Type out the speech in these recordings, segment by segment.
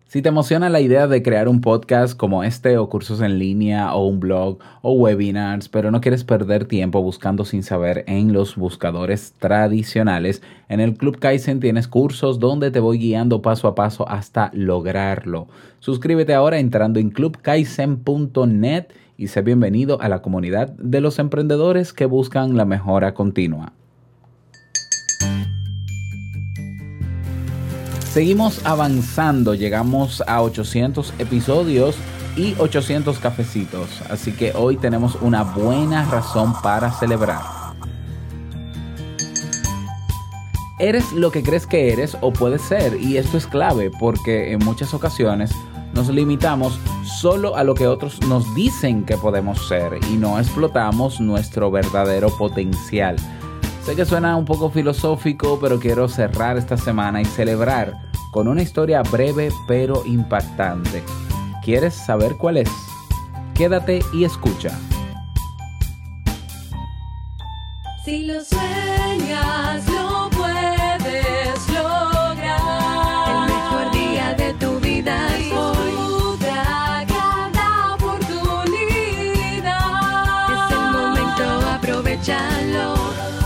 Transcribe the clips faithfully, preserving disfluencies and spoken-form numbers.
Si te emociona la idea de crear un podcast como este o cursos en línea o un blog o webinars, pero no quieres perder tiempo buscando sin saber en los buscadores tradicionales, en el Club Kaizen tienes cursos donde te voy guiando paso a paso hasta lograrlo. Suscríbete ahora entrando en club kaizen punto net y sé bienvenido a la comunidad de los emprendedores que buscan la mejora continua. Seguimos avanzando, llegamos a ochocientos episodios y ochocientos cafecitos, así que hoy tenemos una buena razón para celebrar. Eres lo que crees que eres o puedes ser, y esto es clave porque en muchas ocasiones nos limitamos solo a lo que otros nos dicen que podemos ser y no explotamos nuestro verdadero potencial. Sé que suena un poco filosófico, pero quiero cerrar esta semana y celebrar con una historia breve pero impactante. ¿Quieres saber cuál es? Quédate y escucha. Si lo sueñas, lo puedes lograr. El mejor día de tu vida es hoy. Disfruta cada oportunidad. Es el momento, aprovechalo.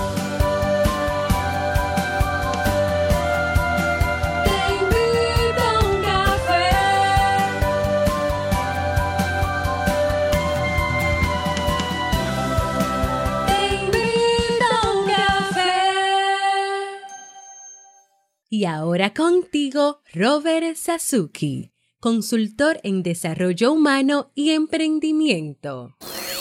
Y ahora contigo, Robert Sasuki, consultor en desarrollo humano y emprendimiento.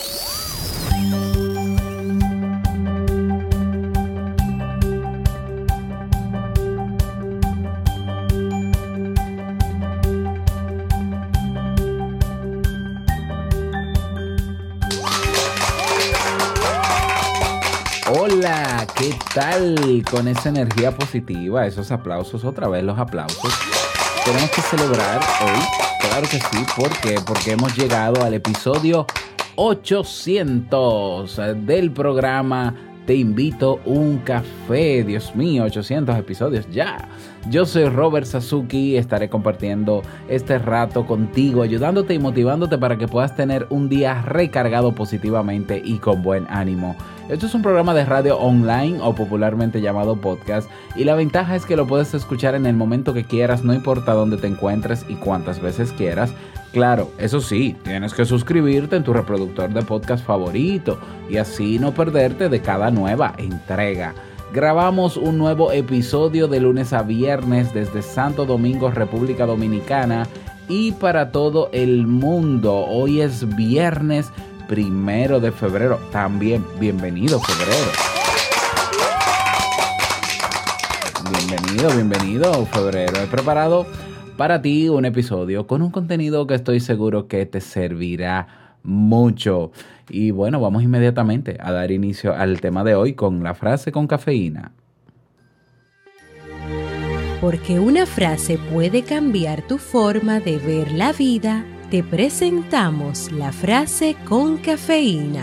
Hola, ¿qué tal? Con esa energía positiva, esos aplausos, otra vez los aplausos. Tenemos que celebrar hoy, claro que sí, ¿por qué? Porque hemos llegado al episodio ochocientos del programa Te Invito un Café. Dios mío, ochocientos episodios ya. Yo soy Robert Sasuki, estaré compartiendo este rato contigo, ayudándote y motivándote para que puedas tener un día recargado positivamente y con buen ánimo. Esto es un programa de radio online o popularmente llamado podcast, y la ventaja es que lo puedes escuchar en el momento que quieras, no importa dónde te encuentres y cuántas veces quieras. Claro, eso sí, tienes que suscribirte en tu reproductor de podcast favorito y así no perderte de cada nueva entrega. Grabamos un nuevo episodio de lunes a viernes desde Santo Domingo, República Dominicana, y para todo el mundo. Hoy es viernes primero de febrero. También, bienvenido febrero. Bienvenido, bienvenido febrero. He preparado para ti un episodio con un contenido que estoy seguro que te servirá mucho. Y bueno, vamos inmediatamente a dar inicio al tema de hoy con la frase con cafeína. Porque una frase puede cambiar tu forma de ver la vida, te presentamos la frase con cafeína.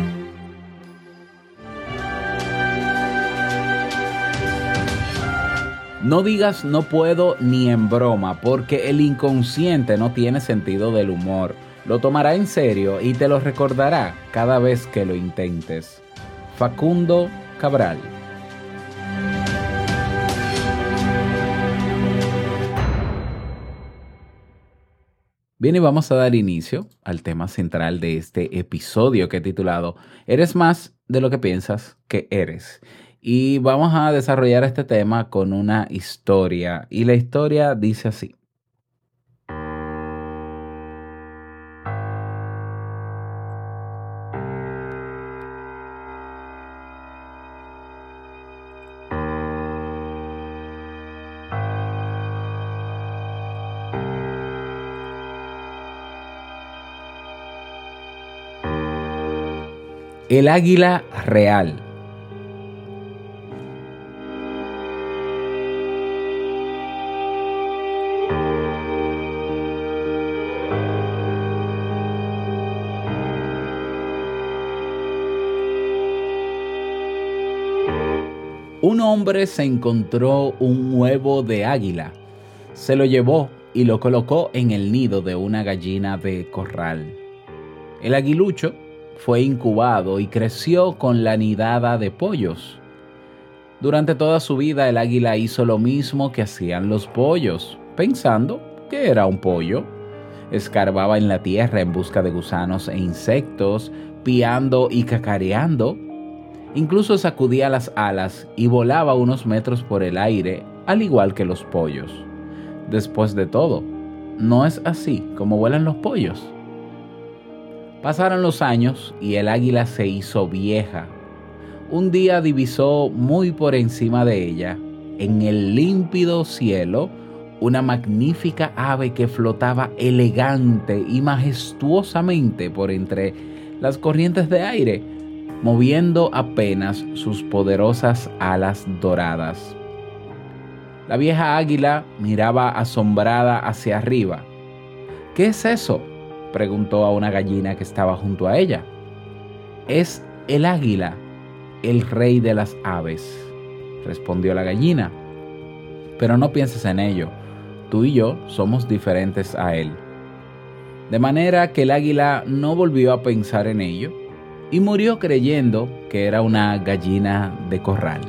No digas no puedo ni en broma, porque el inconsciente no tiene sentido del humor. Lo tomará en serio y te lo recordará cada vez que lo intentes. Facundo Cabral. Bien, y vamos a dar inicio al tema central de este episodio que he titulado Eres más de lo que piensas que eres. Y vamos a desarrollar este tema con una historia. Y la historia dice así. El águila real. Un hombre se encontró un huevo de águila. Se lo llevó y lo colocó en el nido de una gallina de corral. El aguilucho fue incubado y creció con la nidada de pollos. Durante toda su vida el águila hizo lo mismo que hacían los pollos, pensando que era un pollo. Escarbaba en la tierra en busca de gusanos e insectos, piando y cacareando. Incluso sacudía las alas y volaba unos metros por el aire, al igual que los pollos. Después de todo, ¿no es así como vuelan los pollos? Pasaron los años y el águila se hizo vieja. Un día divisó muy por encima de ella, en el límpido cielo, una magnífica ave que flotaba elegante y majestuosamente por entre las corrientes de aire, moviendo apenas sus poderosas alas doradas. La vieja águila miraba asombrada hacia arriba. ¿Qué es eso?, preguntó a una gallina que estaba junto a ella. Es el águila, el rey de las aves, respondió la gallina. Pero no pienses en ello, tú y yo somos diferentes a él. De manera que el águila no volvió a pensar en ello y murió creyendo que era una gallina de corral.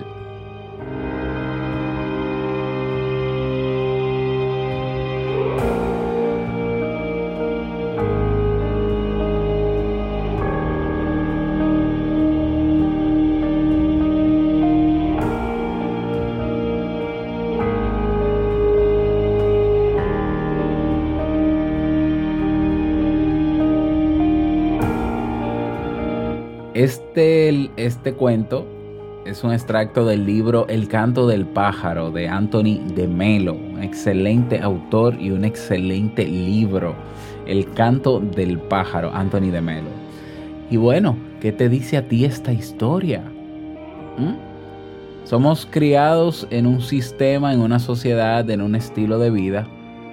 Este, este cuento es un extracto del libro El canto del pájaro de Anthony de Melo, un excelente autor y un excelente libro, El canto del pájaro, Anthony de Melo. Y bueno, ¿qué te dice a ti esta historia? ¿Mm? Somos criados en un sistema, en una sociedad, en un estilo de vida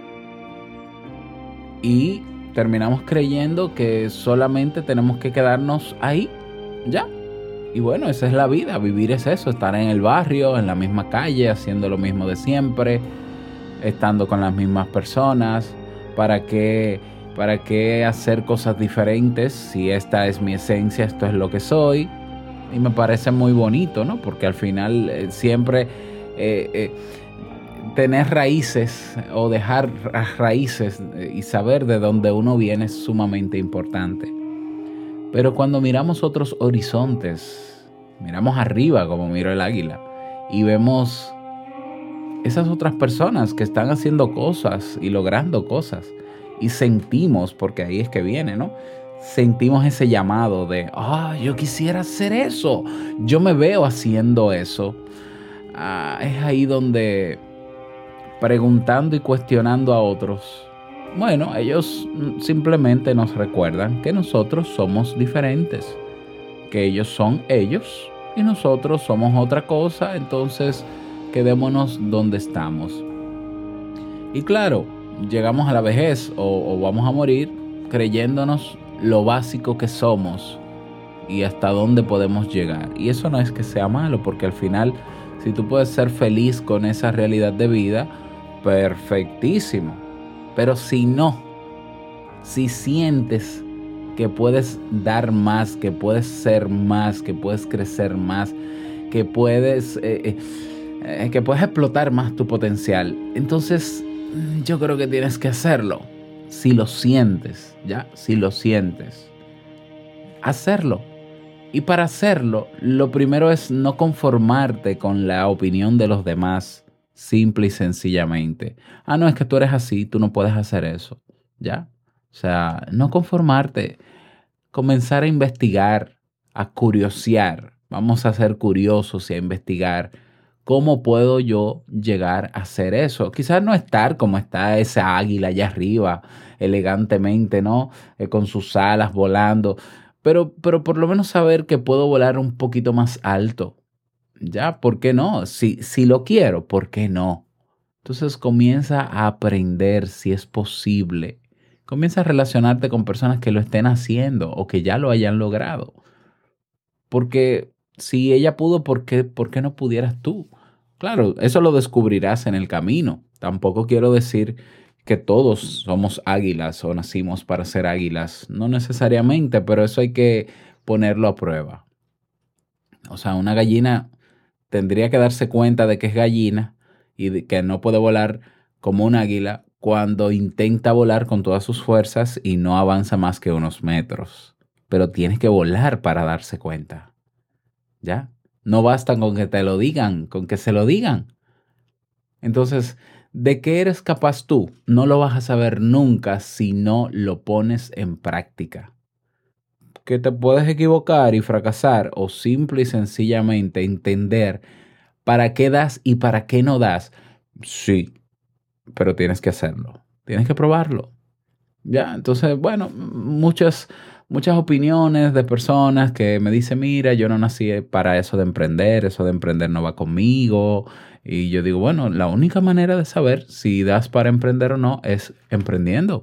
y terminamos creyendo que solamente tenemos que quedarnos ahí. Ya, y bueno, esa es la vida, vivir es eso, estar en el barrio, en la misma calle, haciendo lo mismo de siempre, estando con las mismas personas. ¿Para qué, para qué hacer cosas diferentes si esta es mi esencia, esto es lo que soy? Y me parece muy bonito, ¿no? Porque al final eh, siempre eh, eh, tener raíces o dejar raíces eh, y saber de dónde uno viene es sumamente importante. Pero cuando miramos otros horizontes, miramos arriba como miró el águila y vemos esas otras personas que están haciendo cosas y logrando cosas y sentimos, porque ahí es que viene, ¿no? Sentimos ese llamado de, ah, yo quisiera hacer eso, yo me veo haciendo eso. Ah, es ahí donde, preguntando y cuestionando a otros, bueno, ellos simplemente nos recuerdan que nosotros somos diferentes, que ellos son ellos y nosotros somos otra cosa, entonces quedémonos donde estamos. Y claro, llegamos a la vejez o, o vamos a morir creyéndonos lo básico que somos y hasta dónde podemos llegar. Y eso no es que sea malo, porque al final, si tú puedes ser feliz con esa realidad de vida, perfectísimo. Pero si no, si sientes que puedes dar más, que puedes ser más, que puedes crecer más, que puedes, eh, eh, que puedes explotar más tu potencial, entonces yo creo que tienes que hacerlo. Si lo sientes, ¿ya? Si lo sientes, hacerlo. Y para hacerlo, lo primero es no conformarte con la opinión de los demás. Simple y sencillamente. Ah, no, es que tú eres así, tú no puedes hacer eso. ¿Ya? O sea, no conformarte. Comenzar a investigar, a curiosear. Vamos a ser curiosos y a investigar cómo puedo yo llegar a hacer eso. Quizás no estar como está esa águila allá arriba, elegantemente, ¿no? Eh, con sus alas volando. Pero, pero por lo menos saber que puedo volar un poquito más alto. Ya, ¿por qué no? Si, si lo quiero, ¿por qué no? Entonces comienza a aprender si es posible. Comienza a relacionarte con personas que lo estén haciendo o que ya lo hayan logrado. Porque si ella pudo, ¿por qué, por qué no pudieras tú? Claro, eso lo descubrirás en el camino. Tampoco quiero decir que todos somos águilas o nacimos para ser águilas. No necesariamente, pero eso hay que ponerlo a prueba. O sea, una gallina tendría que darse cuenta de que es gallina y de que no puede volar como un águila cuando intenta volar con todas sus fuerzas y no avanza más que unos metros. Pero tienes que volar para darse cuenta. ¿Ya? No basta con que te lo digan, con que se lo digan. Entonces, ¿de qué eres capaz tú? No lo vas a saber nunca si no lo pones en práctica. Que te puedes equivocar y fracasar o simple y sencillamente entender para qué das y para qué no das. Sí, pero tienes que hacerlo. Tienes que probarlo. Ya, entonces, bueno, muchas, muchas opiniones de personas que me dicen, mira, yo no nací para eso de emprender, eso de emprender no va conmigo. Y yo digo, bueno, la única manera de saber si das para emprender o no es emprendiendo,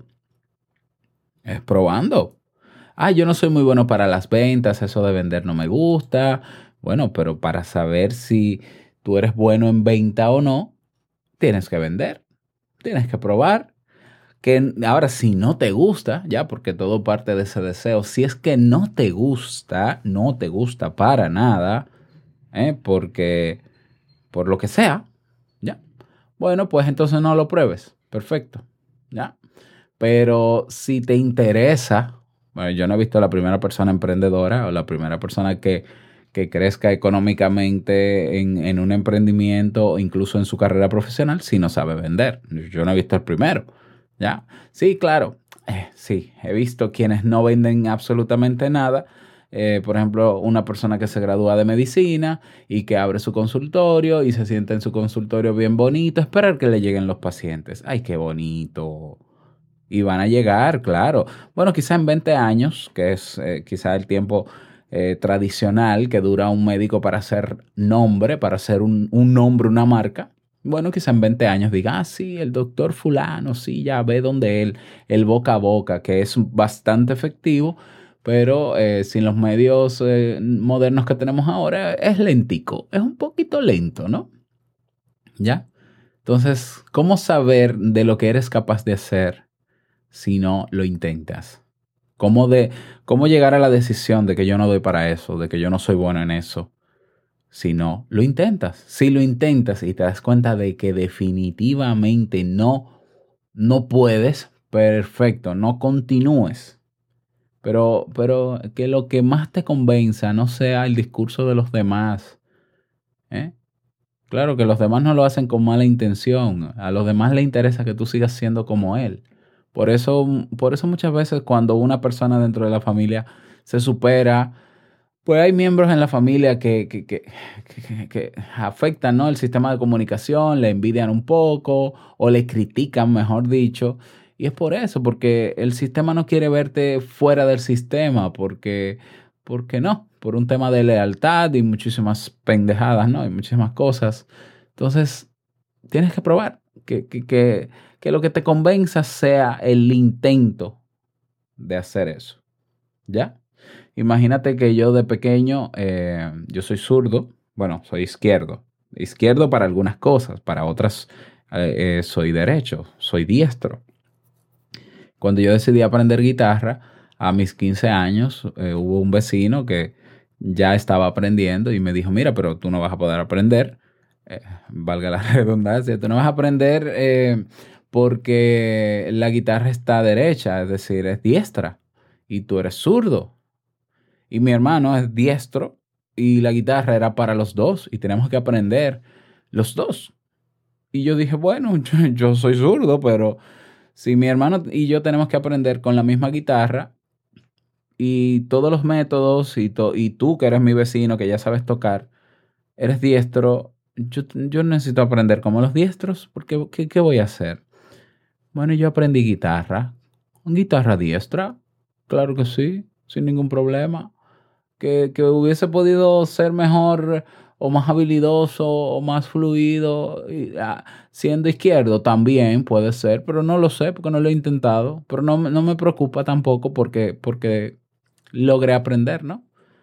es probando. Ah, yo no soy muy bueno para las ventas, eso de vender no me gusta. Bueno, pero para saber si tú eres bueno en venta o no, tienes que vender, tienes que probar. Que ahora, si no te gusta, ya, porque todo parte de ese deseo, si es que no te gusta, no te gusta para nada, ¿eh? Porque, por lo que sea, ya, bueno, pues entonces no lo pruebes, perfecto, ya. Pero si te interesa, bueno, yo no he visto a la primera persona emprendedora o la primera persona que, que crezca económicamente en, en un emprendimiento o incluso en su carrera profesional si no sabe vender. Yo no he visto el primero. ¿Ya? Sí, claro. Eh, sí, he visto quienes no venden absolutamente nada. Eh, por ejemplo, una persona que se gradúa de medicina y que abre su consultorio y se sienta en su consultorio bien bonito, esperar que le lleguen los pacientes. ¡Ay, qué bonito! Y van a llegar, claro. Bueno, quizá en veinte años, que es eh, quizá el tiempo eh, tradicional que dura un médico para hacer nombre, para hacer un, un nombre, una marca. Bueno, quizá en veinte años diga, ah, sí, el doctor fulano, sí, ya ve donde él, el boca a boca, que es bastante efectivo, pero eh, sin los medios eh, modernos que tenemos ahora, es lentico, es un poquito lento, ¿no? ¿Ya? Entonces, ¿cómo saber de lo que eres capaz de hacer si no lo intentas? ¿Cómo, de, cómo llegar a la decisión de que yo no doy para eso, de que yo no soy bueno en eso? Si no lo intentas, si lo intentas y te das cuenta de que definitivamente no, no puedes, perfecto, no continúes. Pero, pero que lo que más te convenza no sea el discurso de los demás, ¿eh? Claro que los demás no lo hacen con mala intención. A los demás les interesa que tú sigas siendo como él. Por eso, por eso muchas veces cuando una persona dentro de la familia se supera, pues hay miembros en la familia que, que, que, que, que afectan, ¿no?, el sistema de comunicación, le envidian un poco o le critican, mejor dicho. Y es por eso, porque el sistema no quiere verte fuera del sistema, porque, porque no, por un tema de lealtad y muchísimas pendejadas, ¿no? Y muchísimas cosas. Entonces, tienes que probar que, que, que, que lo que te convenza sea el intento de hacer eso, ¿ya? Imagínate que yo de pequeño, eh, yo soy zurdo, bueno, soy izquierdo. Izquierdo para algunas cosas, para otras eh, eh, soy derecho, soy diestro. Cuando yo decidí aprender guitarra, a mis quince años, eh, hubo un vecino que ya estaba aprendiendo y me dijo, mira, pero tú no vas a poder aprender, eh, valga la redundancia, tú no vas a aprender eh, porque la guitarra está derecha, es decir, es diestra, y tú eres zurdo. Y mi hermano es diestro y la guitarra era para los dos y tenemos que aprender los dos. Y yo dije, bueno, yo, yo soy zurdo, pero si mi hermano y yo tenemos que aprender con la misma guitarra y todos los métodos y, to- y tú que eres mi vecino, que ya sabes tocar, eres diestro, yo, yo necesito aprender como los diestros, porque ¿qué, qué voy a hacer? Bueno, yo aprendí guitarra. ¿Guitarra diestra? Claro que sí, sin ningún problema. Que, que hubiese podido ser mejor o más habilidoso o más fluido y, ah, siendo izquierdo también puede ser, pero no lo sé porque no lo he intentado, pero no, me- no me preocupa tampoco porque, porque logré aprender, ¿no?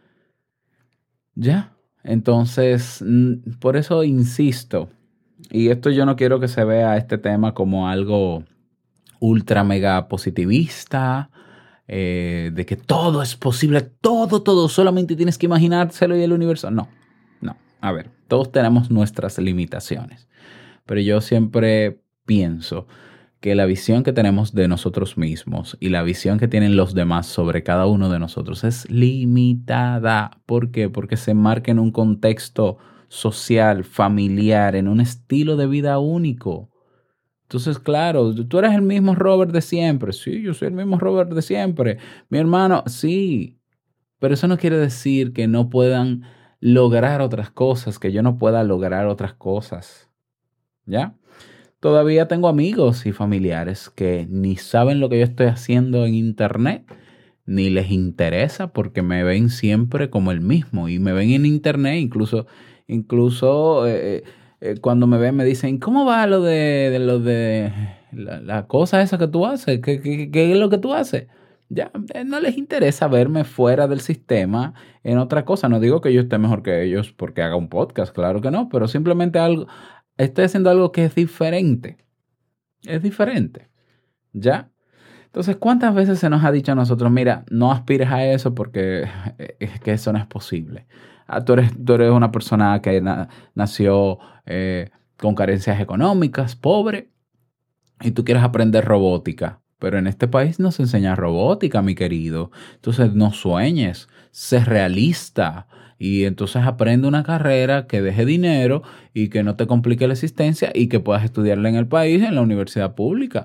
Ya, entonces, mm, por eso insisto, y esto yo no quiero que se vea este tema como algo ultra mega positivista, eh, de que todo es posible, todo, todo, solamente tienes que imaginárselo y el universo. No, no. A ver, todos tenemos nuestras limitaciones, pero yo siempre pienso que la visión que tenemos de nosotros mismos y la visión que tienen los demás sobre cada uno de nosotros es limitada. ¿Por qué? Porque se enmarca en un contexto social, familiar, en un estilo de vida único. Entonces, claro, tú eres el mismo Robert de siempre. Sí, yo soy el mismo Robert de siempre. Mi hermano, sí. Pero eso no quiere decir que no puedan lograr otras cosas, que yo no pueda lograr otras cosas. ¿Ya? Todavía tengo amigos y familiares que ni saben lo que yo estoy haciendo en internet, ni les interesa porque me ven siempre como el mismo y me ven en internet, incluso, incluso eh, eh, cuando me ven me dicen, ¿cómo va lo de, de lo de la, la cosa esa que tú haces? ¿Qué, qué, qué es lo que tú haces? Ya, eh, no les interesa verme fuera del sistema en otra cosa. No digo que yo esté mejor que ellos porque haga un podcast, claro que no, pero simplemente algo. Estoy haciendo algo que es diferente. Es diferente. ¿Ya? Entonces, ¿cuántas veces se nos ha dicho a nosotros, mira, no aspires a eso porque es que eso no es posible? Ah, tú, eres, tú eres una persona que na- nació eh, con carencias económicas, pobre, y tú quieres aprender robótica. Pero en este país no se enseña robótica, mi querido. Entonces, no sueñes, sé realista. Y entonces aprende una carrera que deje dinero y que no te complique la existencia y que puedas estudiarla en el país, en la universidad pública.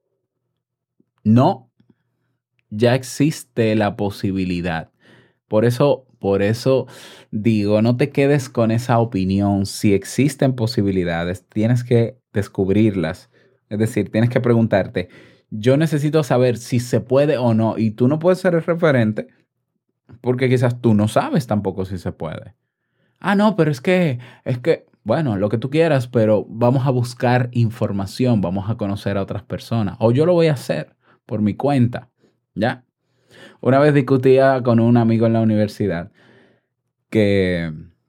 No, ya existe la posibilidad. Por eso, por eso digo, no te quedes con esa opinión. Si existen posibilidades, tienes que descubrirlas. Es decir, tienes que preguntarte, yo necesito saber si se puede o no. Y tú no puedes ser el referente porque quizás tú no sabes tampoco si se puede. Ah, no, pero es que, es que, bueno, lo que tú quieras, pero vamos a buscar información, vamos a conocer a otras personas. O yo lo voy a hacer por mi cuenta, ¿ya? Una vez discutía con un amigo en la universidad que,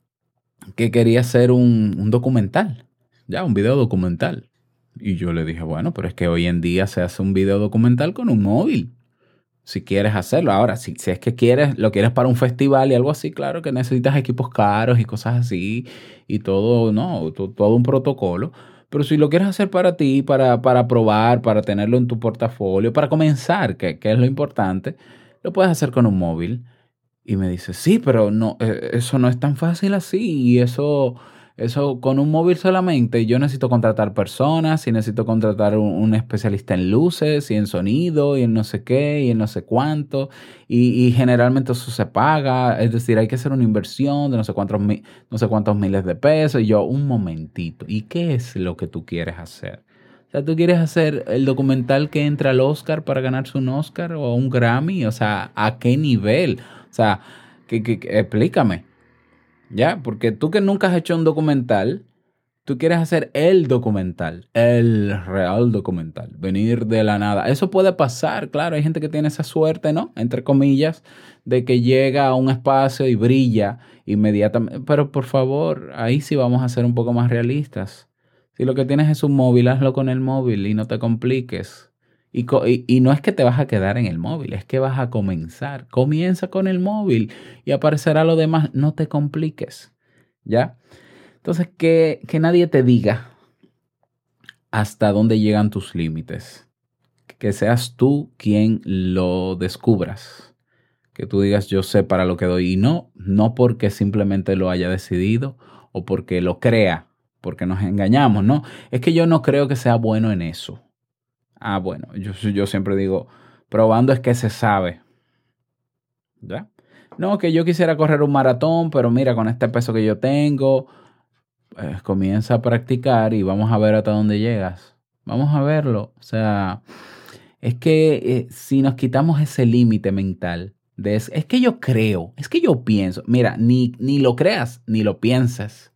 que quería hacer un, un documental, ya, un video documental. Y yo le dije, bueno, pero es que hoy en día se hace un video documental con un móvil. Si quieres hacerlo. Ahora, si, si es que quieres, lo quieres para un festival y algo así, claro que necesitas equipos caros y cosas así y todo, ¿no? To- todo un protocolo. Pero si lo quieres hacer para ti, para, para probar, para tenerlo en tu portafolio, para comenzar, que, que es lo importante, lo puedes hacer con un móvil. Y me dice, sí, pero no, eh, eso no es tan fácil así. Y eso, eso con un móvil solamente, yo necesito contratar personas y necesito contratar un, un especialista en luces y en sonido y en no sé qué y en no sé cuánto. Y, y generalmente eso se paga. Es decir, hay que hacer una inversión de no sé cuántos, mi- no sé cuántos miles de pesos. Y yo, un momentito, ¿y qué es lo que tú quieres hacer? O sea, ¿tú quieres hacer el documental que entra al Oscar para ganarse un Oscar o un Grammy? O sea, ¿a qué nivel? O sea, que, que- que- explícame, ¿ya? Porque tú que nunca has hecho un documental, tú quieres hacer el documental, el real documental, venir de la nada. Eso puede pasar, claro, hay gente que tiene esa suerte, ¿no? Entre comillas, de que llega a un espacio y brilla inmediatamente. Pero por favor, ahí sí vamos a ser un poco más realistas. Si lo que tienes es un móvil, hazlo con el móvil y no te compliques. Y, co- y, y no es que te vas a quedar en el móvil, es que vas a comenzar. Comienza con el móvil y aparecerá lo demás. No te compliques, ¿ya? Entonces, que, que nadie te diga hasta dónde llegan tus límites. Que seas tú quien lo descubras. Que tú digas, yo sé para lo que doy. Y no, no porque simplemente lo haya decidido o porque lo crea, porque nos engañamos, ¿no? Es que yo no creo que sea bueno en eso. Ah, bueno, yo, yo siempre digo, probando es que se sabe, ¿ya? No, que yo quisiera correr un maratón, pero mira, con este peso que yo tengo, eh, comienza a practicar y vamos a ver hasta dónde llegas. Vamos a verlo. O sea, es que eh, si nos quitamos ese límite mental, de es, es que yo creo, es que yo pienso, mira, ni, ni lo creas, ni lo pienses.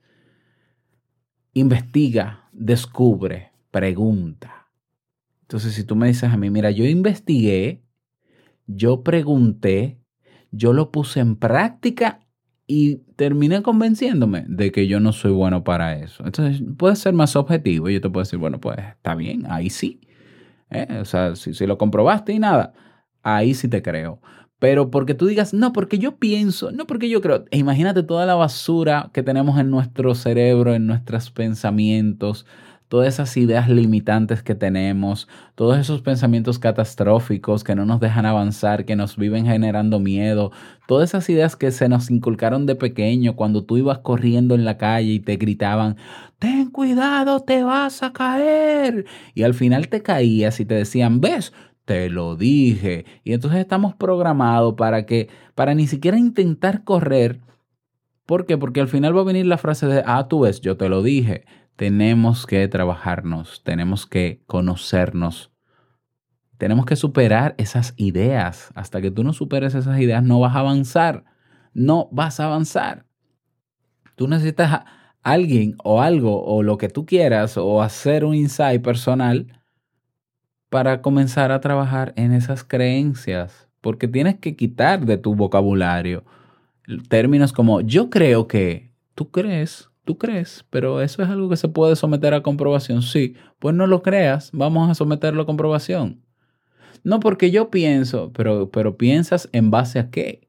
Investiga, descubre, pregunta. Entonces, si tú me dices a mí, mira, yo investigué, yo pregunté, yo lo puse en práctica y terminé convenciéndome de que yo no soy bueno para eso. Entonces, puedes ser más objetivo y yo te puedo decir, bueno, pues está bien, ahí sí. ¿eh? O sea, si, si lo comprobaste y nada, ahí sí te creo. Pero porque tú digas, no, porque yo pienso, no, porque yo creo. E imagínate toda la basura que tenemos en nuestro cerebro, en nuestros pensamientos, todas esas ideas limitantes que tenemos, todos esos pensamientos catastróficos que no nos dejan avanzar, que nos viven generando miedo, todas esas ideas que se nos inculcaron de pequeño cuando tú ibas corriendo en la calle y te gritaban, ten cuidado, te vas a caer. Y al final te caías y te decían, ¿ves? Te lo dije. Y entonces estamos programados para que, para ni siquiera intentar correr. ¿Por qué? Porque al final va a venir la frase de, ah, tú ves, yo te lo dije. Tenemos que trabajarnos, tenemos que conocernos, tenemos que superar esas ideas. Hasta que tú no superes esas ideas, no vas a avanzar, no vas a avanzar. Tú necesitas a alguien o algo o lo que tú quieras o hacer un insight personal para comenzar a trabajar en esas creencias, porque tienes que quitar de tu vocabulario términos como yo creo que, tú crees, tú crees, pero eso es algo que se puede someter a comprobación. Sí, pues no lo creas, vamos a someterlo a comprobación. No porque yo pienso, pero, pero piensas en base a qué.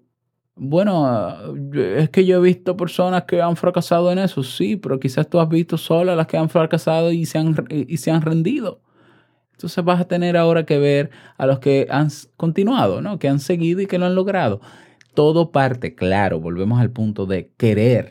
Bueno, es que yo he visto personas que han fracasado en eso, sí, pero quizás tú has visto solo a las que han fracasado y se han, y se han rendido. Entonces vas a tener ahora que ver a los que han continuado, ¿no? Que han seguido y que lo han logrado. Todo parte, claro, volvemos al punto de querer,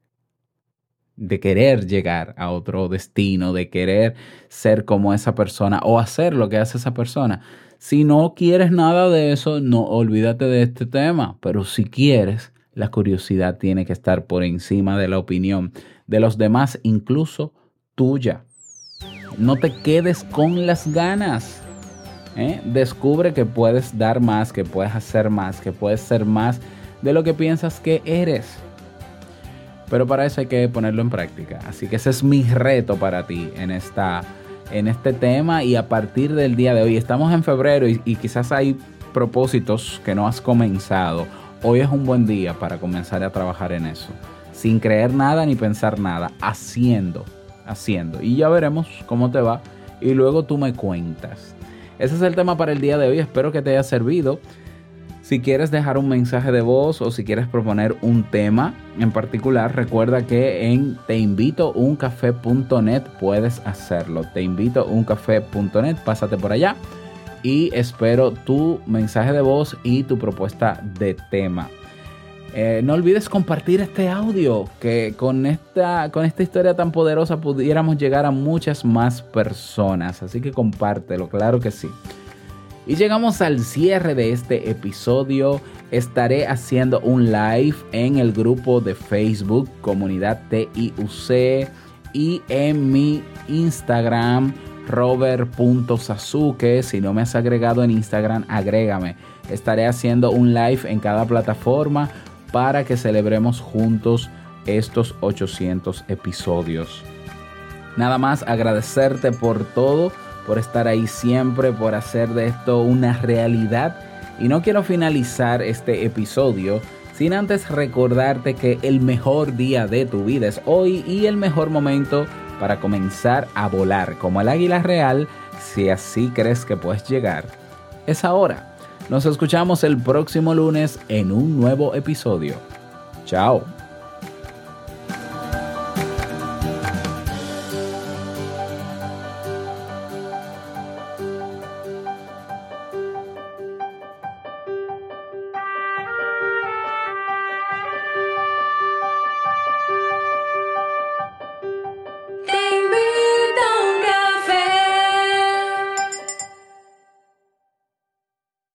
de querer llegar a otro destino, de querer ser como esa persona o hacer lo que hace esa persona. Si no quieres nada de eso, no olvídate de este tema. Pero si quieres, la curiosidad tiene que estar por encima de la opinión de los demás, incluso tuya. No te quedes con las ganas. ¿eh? Descubre que puedes dar más, que puedes hacer más, que puedes ser más de lo que piensas que eres. Pero para eso hay que ponerlo en práctica. Así que ese es mi reto para ti en, esta, en este tema. Y a partir del día de hoy, estamos en febrero y, y quizás hay propósitos que no has comenzado. Hoy es un buen día para comenzar a trabajar en eso. Sin creer nada ni pensar nada, haciendo. haciendo y ya veremos cómo te va y luego tú me cuentas. Ese es el tema para el día de hoy, espero que te haya servido. Si quieres dejar un mensaje de voz o si quieres proponer un tema en particular, recuerda que en te invito un café punto net puedes hacerlo. te invito un café punto net, pásate por allá y espero tu mensaje de voz y tu propuesta de tema. Eh, no olvides compartir este audio, que con esta, con esta historia tan poderosa pudiéramos llegar a muchas más personas. Así que compártelo, claro que sí. Y llegamos al cierre de este episodio. Estaré haciendo un live en el grupo de Facebook Comunidad T I U C y en mi Instagram robert punto sasuke. Si no me has agregado en Instagram, agrégame. Estaré haciendo un live en cada plataforma para que celebremos juntos estos ochocientos episodios. Nada más agradecerte por todo, por estar ahí siempre, por hacer de esto una realidad. Y no quiero finalizar este episodio sin antes recordarte que el mejor día de tu vida es hoy y el mejor momento para comenzar a volar como el águila real, si así crees que puedes llegar, es ahora. Nos escuchamos el próximo lunes en un nuevo episodio. Chao.